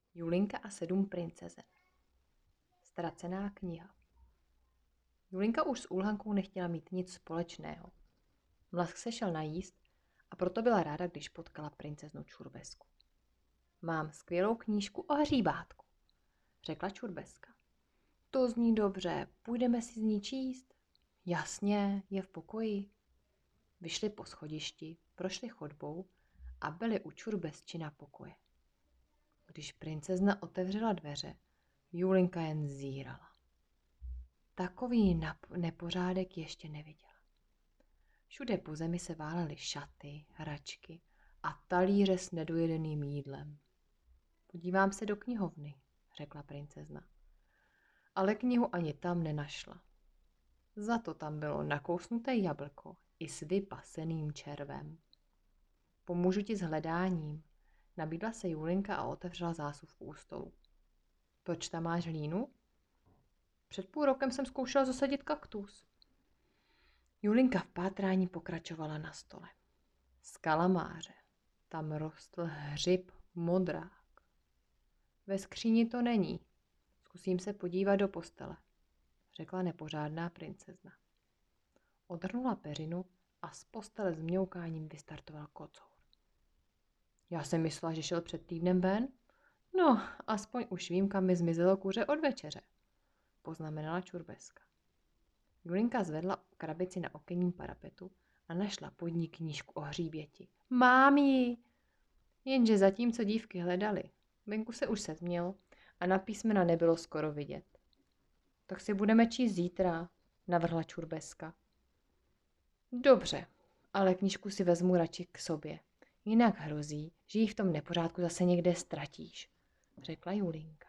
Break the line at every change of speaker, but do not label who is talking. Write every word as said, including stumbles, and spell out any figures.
Julinka a sedm princezen. Ztracená kniha. Julinka už s úlhankou nechtěla mít nic společného. Mlask se šel najíst a proto byla ráda, když potkala princeznu Čurbesku. Mám skvělou knížku o hříbátku, řekla Čurbeska. To zní dobře, půjdeme si z ní číst? Jasně, je v pokoji. Vyšli po schodišti, prošli chodbou a byli u Čurbesčina pokoje. Když princezna otevřela dveře, Julinka jen zírala. Takový nepořádek ještě neviděla. Všude po zemi se válely šaty, hračky a talíře s nedojedeným jídlem. Podívám se do knihovny, řekla princezna. Ale knihu ani tam nenašla. Za to tam bylo nakousnuté jablko i s vypaseným červem. Pomůžu ti s hledáním, nabídla se Julinka a otevřela zásuvku u stolu. Proč tam máš hlínu? Před půl rokem jsem zkoušela zasadit kaktus. Julinka v pátrání pokračovala na stole. Z kalamáře tam rostl hřib modrák. Ve skříni to není. Zkusím se podívat do postele, řekla nepořádná princezna. Odhrnula peřinu a z postele s mňoukáním vystartoval kocour. Já jsem myslela, že šel před týdnem ven. No, aspoň už vím, kam mi zmizelo kuře od večeře, poznamenala Čurbeska. Julinka zvedla krabici na okenním parapetu a našla pod ní knížku o hříběti. Mám ji! Jenže zatímco dívky hledaly, venku se už setmělo a na písmena nebylo skoro vidět. Tak si budeme číst zítra, navrhla Čurbeska. Dobře, ale knížku si vezmu radši k sobě. Jinak hrozí, že ji v tom nepořádku zase někde ztratíš, řekla Julinka.